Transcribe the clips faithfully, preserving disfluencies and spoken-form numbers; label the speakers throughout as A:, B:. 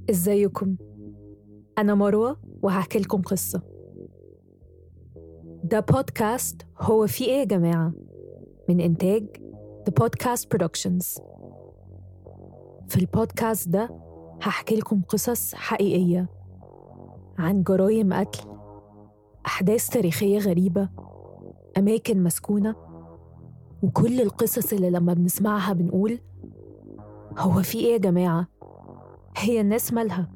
A: ازيكم؟ أنا مروة وهحكي لكم قصة. ده بودكاست هو في إيه يا جماعة؟ من إنتاج The Podcast Productions. في البودكاست ده هحكي لكم قصص حقيقية عن جرائم قتل، أحداث تاريخية غريبة، أماكن مسكونة، وكل القصص اللي لما بنسمعها بنقول هو في إيه يا جماعة؟ هي الناس مالها؟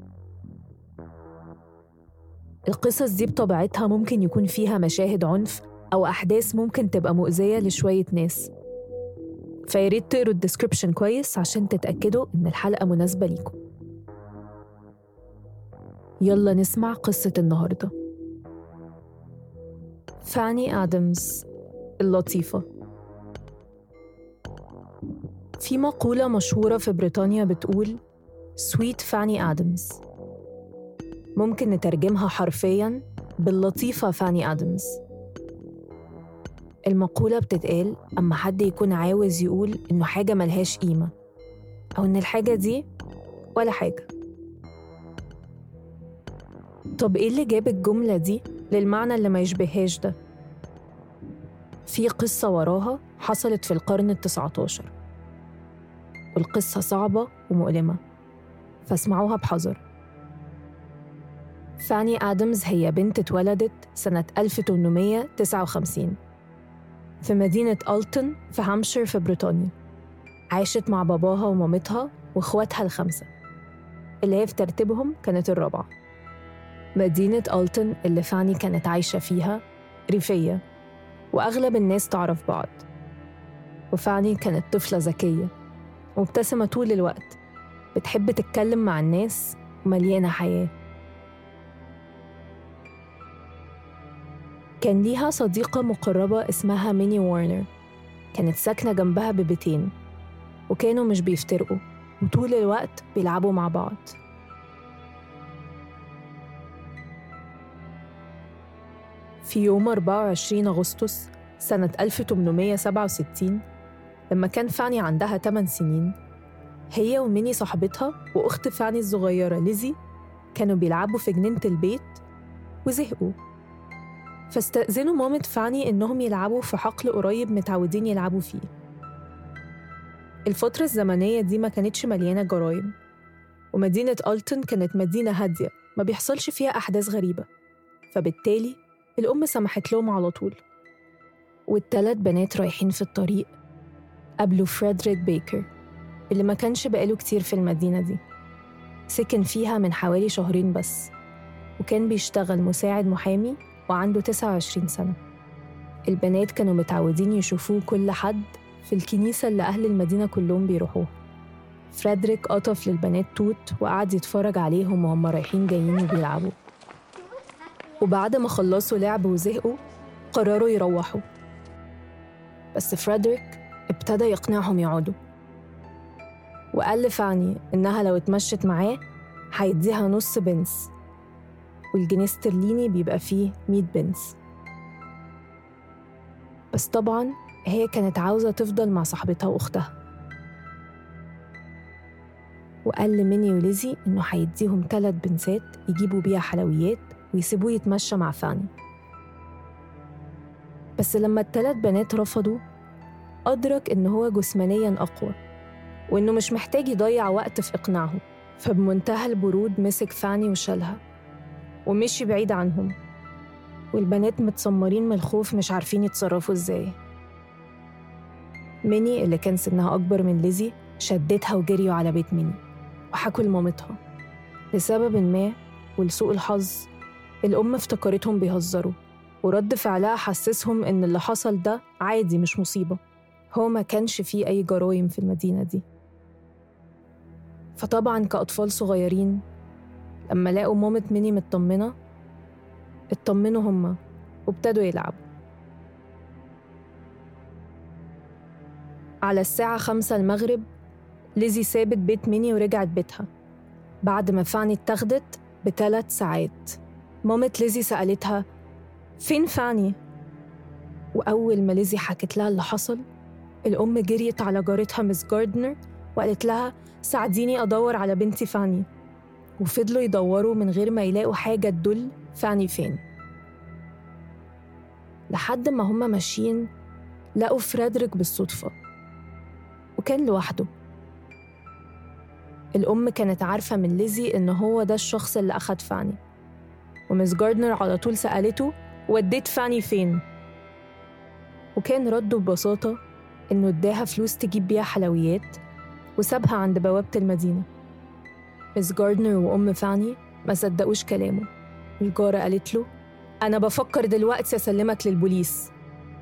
A: القصص دي بطبيعتها ممكن يكون فيها مشاهد عنف أو أحداث ممكن تبقى مؤذية لشوية ناس، فياريت تقروا الديسكريبشن كويس عشان تتأكدوا إن الحلقة مناسبة ليكم. يلا نسمع قصة النهاردة. فاني آدمز اللطيفة. في مقولة مشهورة في بريطانيا بتقول Sweet فاني آدمز، ممكن نترجمها حرفياً باللطيفة فاني آدمز. المقولة بتتقال أما حد يكون عاوز يقول إنه حاجة ملهاش قيمة، أو إن الحاجة دي ولا حاجة. طب إيه اللي جاب الجملة دي للمعنى اللي ما يشبههاش ده؟ في قصة وراها حصلت في القرن التسعة عشر، والقصة صعبة ومؤلمة، فاسمعوها بحذر. فاني آدمز هي بنت اتولدت سنة ألف وثمانمائة وتسعة وخمسين في مدينة ألتون في هامشير في بريطانيا. عاشت مع باباها ومامتها واخواتها الخمسة اللي هي في ترتيبهم كانت الرابعة. مدينة ألتون اللي فاني كانت عايشة فيها ريفية، وأغلب الناس تعرف بعض، وفاني كانت طفلة ذكية ومبتسمة طول الوقت، بتحب تتكلم مع الناس ومليانة حياة. كان ليها صديقة مقربة اسمها ميني وارنر، كانت ساكنة جنبها ببيتين، وكانوا مش بيفترقوا وطول الوقت بيلعبوا مع بعض. في يوم أربعة وعشرين أغسطس سنة ألف وثمانمائة وسبعة وستين، لما كان فاني عندها ثماني سنين، هي وميني صاحبتها وأخت فاني الصغيرة ليزي كانوا بيلعبوا في جنينة البيت وزهقوا، فاستأذنوا مامة فاني إنهم يلعبوا في حقل قريب متعودين يلعبوا فيه. الفترة الزمنية دي ما كانتش مليانة جرايم، ومدينة ألتون كانت مدينة هادية ما بيحصلش فيها أحداث غريبة، فبالتالي الأم سمحت لهم على طول. والتلات بنات رايحين في الطريق قابلوا فريدريك بيكر اللي ما كانش بقاله كتير في المدينة دي، سكن فيها من حوالي شهرين بس، وكان بيشتغل مساعد محامي وعنده تسعة وعشرين سنة. البنات كانوا متعودين يشوفوه كل حد في الكنيسة اللي أهل المدينة كلهم بيروحوها. فريدريك قطف للبنات توت وقعد يتفرج عليهم وهم رايحين جايين وبيلعبوا، وبعد ما خلصوا لعب وزهقوا قرروا يروحوا، بس فريدريك ابتدى يقنعهم يقعدوا، وقال لفاني إنها لو اتمشت معاه هيديها نص بنس، والجنيه استرليني بيبقى فيه مية بنس. بس طبعاً هي كانت عاوزة تفضل مع صاحبتها وأختها، وقال لميني وليزي إنه هيديهم ثلاث بنسات يجيبوا بيها حلويات ويسيبوه يتمشى مع فاني. بس لما الثلاث بنات رفضوا، أدرك إنه هو جسمانياً أقوى وإنه مش محتاج يضيع وقت في إقناعهم، فبمنتهى البرود مسك فاني وشالها ومشي بعيد عنهم، والبنات متسمرين من الخوف مش عارفين يتصرفوا إزاي. ميني اللي كان سنها أكبر من ليزي شدتها وجريوا على بيت ميني وحكوا لمامتها. لسبب ما ولسوء الحظ الأم افتكرتهم بيهزروا، ورد فعلها حسسهم إن اللي حصل ده عادي مش مصيبة، هو ما كانش فيه أي جرايم في المدينة دي. فطبعاً كأطفال صغيرين لما لقوا مامة ميني مطمنة اطمنوا هما وابتدوا يلعبوا. على الساعة خمسة المغرب ليزي سابت بيت ميني ورجعت بيتها بعد ما فاني اتاخدت بثلاث ساعات. مامة ليزي سألتها فين فاني؟ وأول ما ليزي حكت لها اللي حصل، الأم جريت على جارتها مس جاردنر وقالت لها ساعديني أدور على بنتي فاني. وفضلوا يدوروا من غير ما يلاقوا حاجة تدل فاني فين. لحد ما هم ماشيين لقوا فريدريك بالصدفة، وكان لوحده. الأم كانت عارفة من ليزي إن هو ده الشخص اللي أخد فاني، ومس جاردنر على طول سألته وديت فاني فين؟ وكان رده ببساطة إنه اداها فلوس تجيب بيها حلويات وسابها عند بوابة المدينة. مس جاردنر وأم فاني ما صدقوش كلامه. الجارة قالت له أنا بفكر دلوقتي أسلمك للبوليس.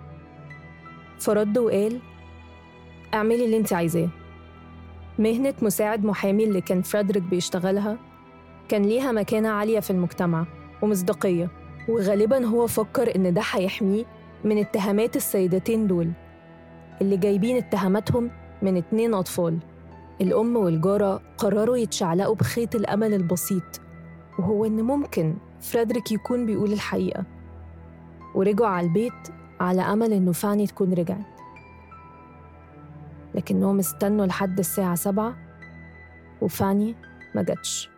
A: فرد وقال اعملي اللي انت عايزاه. مهنة مساعد محامي اللي كان فريدريك بيشتغلها كان ليها مكانة عالية في المجتمع ومصداقية، وغالباً هو فكر إن ده هيحميه من اتهامات السيدتين دول اللي جايبين اتهاماتهم من اتنين أطفال. الأم والجارة قرروا يتشعلقوا بخيط الأمل البسيط، وهو إن ممكن فريدريك يكون بيقول الحقيقة، ورجعوا على البيت على أمل إنه فاني تكون رجعت. لكنهم استنوا لحد الساعة سبعة وفاني ما جاتش.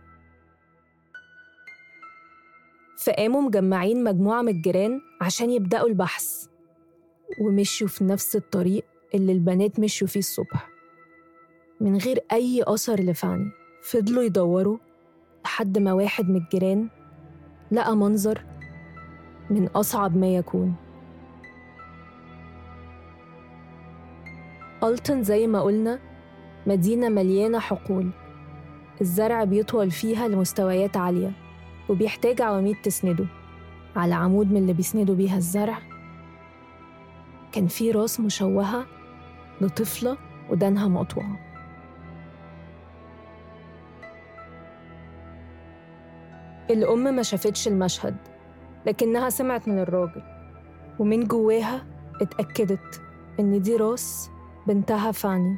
A: فقاموا مجمعين مجموعة من الجيران عشان يبدأوا البحث، ومشوا في نفس الطريق اللي البنات مشوا فيه الصبح من غير أي أثر لفاني. فضلوا يدوروا لحد ما واحد من الجيران لقى منظر من أصعب ما يكون. ألتون زي ما قلنا مدينة مليانة حقول، الزرع بيطول فيها لمستويات عالية وبيحتاج عواميد تسنده. على عمود من اللي بيسندوا بيها الزرع كان في راس مشوهة لطفلة ودانها مقطوعة. الأم ما شافتش المشهد، لكنها سمعت من الراجل، ومن جواها اتأكدت إن دي راس بنتها فاني.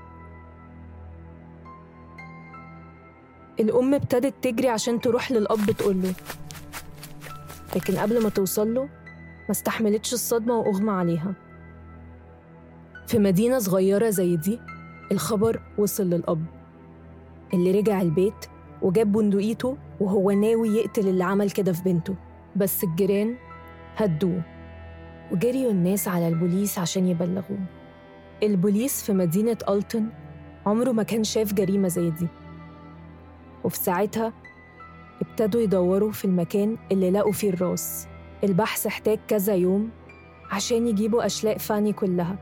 A: الأم ابتدت تجري عشان تروح للأب تقوله، لكن قبل ما توصله ما استحملتش الصدمة وأغمى عليها. في مدينة صغيرة زي دي الخبر وصل للأب، اللي رجع البيت وجاب بندقيته وهو ناوي يقتل اللي عمل كده في بنته. بس الجيران هدوه وجريوا الناس على البوليس عشان يبلغوه. البوليس في مدينة ألتون عمره ما كان شاف جريمة زي دي، وفي ساعتها ابتدوا يدوروا في المكان اللي لقوا فيه الراس. البحث احتاج كذا يوم عشان يجيبوا أشلاء فاني كلها.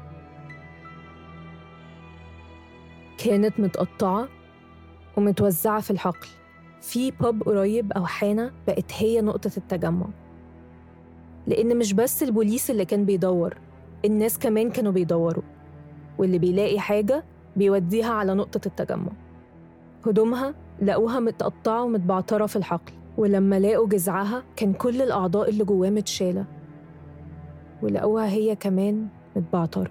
A: كانت متقطعة ومتوزعة في الحقل. في باب قريب أو حانة بقت هي نقطة التجمع، لأن مش بس البوليس اللي كان بيدور، الناس كمان كانوا بيدوروا، واللي بيلاقي حاجة بيوديها على نقطة التجمع. هدومها لقوها متقطعة ومتبعترة في الحقل، ولما لقوا جذعها كان كل الأعضاء اللي جواه متشالة، ولقوها هي كمان متبعترة.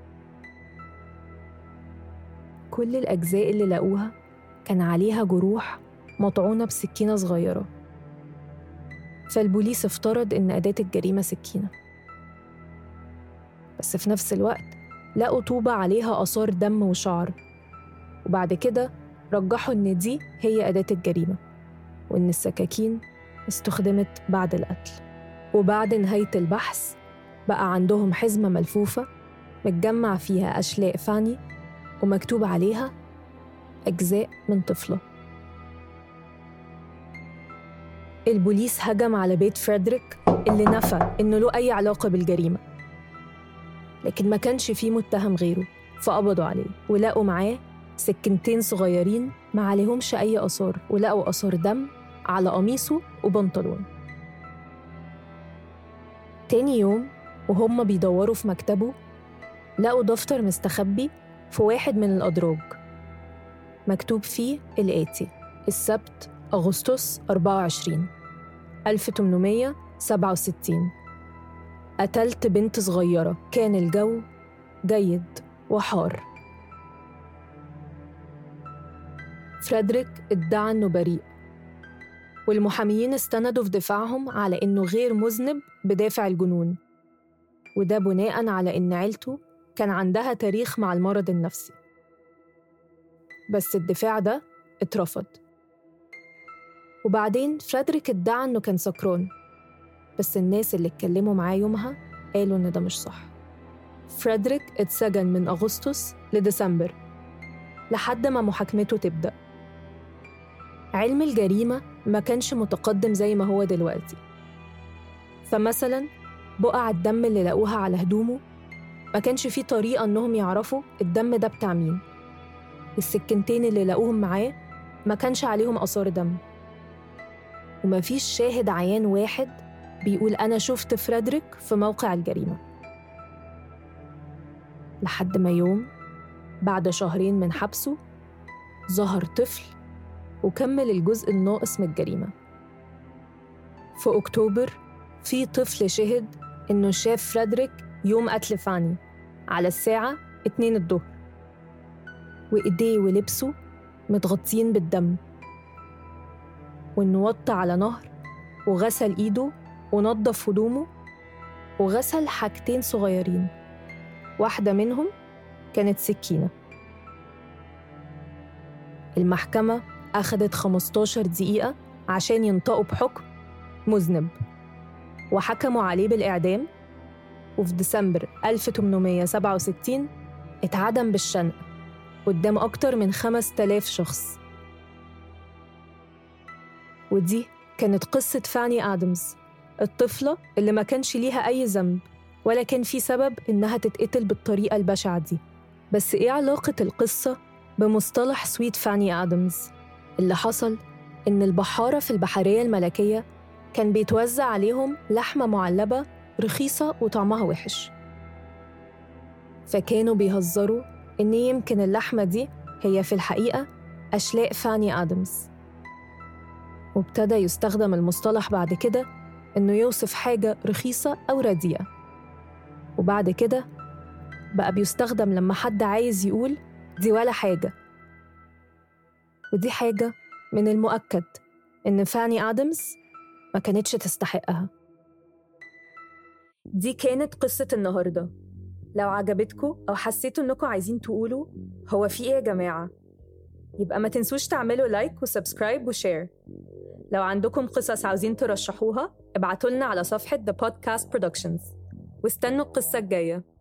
A: كل الأجزاء اللي لقوها كان عليها جروح مطعونة بسكينة صغيرة، فالبوليس افترض إن أداة الجريمة سكينة. بس في نفس الوقت لقوا طوبة عليها آثار دم وشعر، وبعد كده رجحوا إن دي هي أداة الجريمة، وإن السكاكين استخدمت بعد القتل. وبعد نهاية البحث بقى عندهم حزمة ملفوفة متجمع فيها أشلاء فاني ومكتوب عليها أجزاء من طفلة. البوليس هجم على بيت فريدريك اللي نفى إنه له أي علاقة بالجريمة، لكن ما كانش فيه متهم غيره، فقبضوا عليه ولقوا معاه سكينتين صغيرين ما عليهمش أي آثار، ولقوا آثار دم على قميصه وبنطلون. تاني يوم وهم بيدوروا في مكتبه لقوا دفتر مستخبي في واحد من الأدراج مكتوب فيه الآتي: السبت أغسطس أربعة وعشرين ألف وثمانمائة وسبعة وستين، قتلت بنت صغيرة، كان الجو جيد وحار. فريدريك ادعى إنه بريء، والمحاميين استندوا في دفاعهم على إنه غير مذنب بدافع الجنون، وده بناءً على إن عيلته كان عندها تاريخ مع المرض النفسي. بس الدفاع ده اترفض. وبعدين فريدريك ادعى إنه كان سكران، بس الناس اللي اتكلموا معاه يومها قالوا إن ده مش صح. فريدريك اتسجن من أغسطس لديسمبر لحد ما محاكمته تبدأ. علم الجريمة ما كانش متقدم زي ما هو دلوقتي، فمثلاً بقع الدم اللي لقوها على هدومه ما كانش فيه طريقة إنهم يعرفوا الدم ده بتاع مين. السكينتين اللي لقوهم معاه ما كانش عليهم آثار دم، وما فيش شاهد عيان واحد بيقول أنا شفت فريدريك في موقع الجريمة. لحد ما يوم بعد شهرين من حبسه ظهر طفل وكمل الجزء الناقص من الجريمة. في أكتوبر في طفل شهد إنه شاف فريدريك يوم قتل فاني على الساعة اتنين الظهر، وإيديه ولبسه متغطين بالدم، وإنه وطى على نهر وغسل إيده ونظف هدومه وغسل حاجتين صغيرين، واحدة منهم كانت سكينة. المحكمة أخدت خمستاشر دقيقة عشان ينطقوا بحكم مذنب، وحكموا عليه بالإعدام. وفي ديسمبر ألف وثمانمائة وسبعة وستين اتعدم بالشنق قدام أكتر من خمس تلاف شخص. ودي كانت قصة فاني آدمز، الطفلة اللي ما كانش ليها أي ذنب ولا كان في سبب إنها تتقتل بالطريقة البشعة دي. بس إيه علاقة القصة بمصطلح سويت فاني آدمز؟ اللي حصل إن البحارة في البحرية الملكية كان بيتوزع عليهم لحمة معلبة رخيصة وطعمها وحش، فكانوا بيهزروا إن يمكن اللحمة دي هي في الحقيقة أشلاء فاني آدمز. وابتدى يستخدم المصطلح بعد كده إنه يوصف حاجة رخيصة أو رديئة، وبعد كده بقى بيستخدم لما حد عايز يقول دي ولا حاجة. ودي حاجة من المؤكد إن فاني آدمز ما كانتش تستحقها. دي كانت قصة النهاردة. لو عجبتكم أو حسيتوا إنكم عايزين تقولوا هو في إيه يا جماعة، يبقى ما تنسوش تعملوا لايك وسبسكرايب وشير. لو عندكم قصص عاوزين ترشحوها ابعتولنا على صفحة The Podcast Productions، واستنوا القصة الجاية.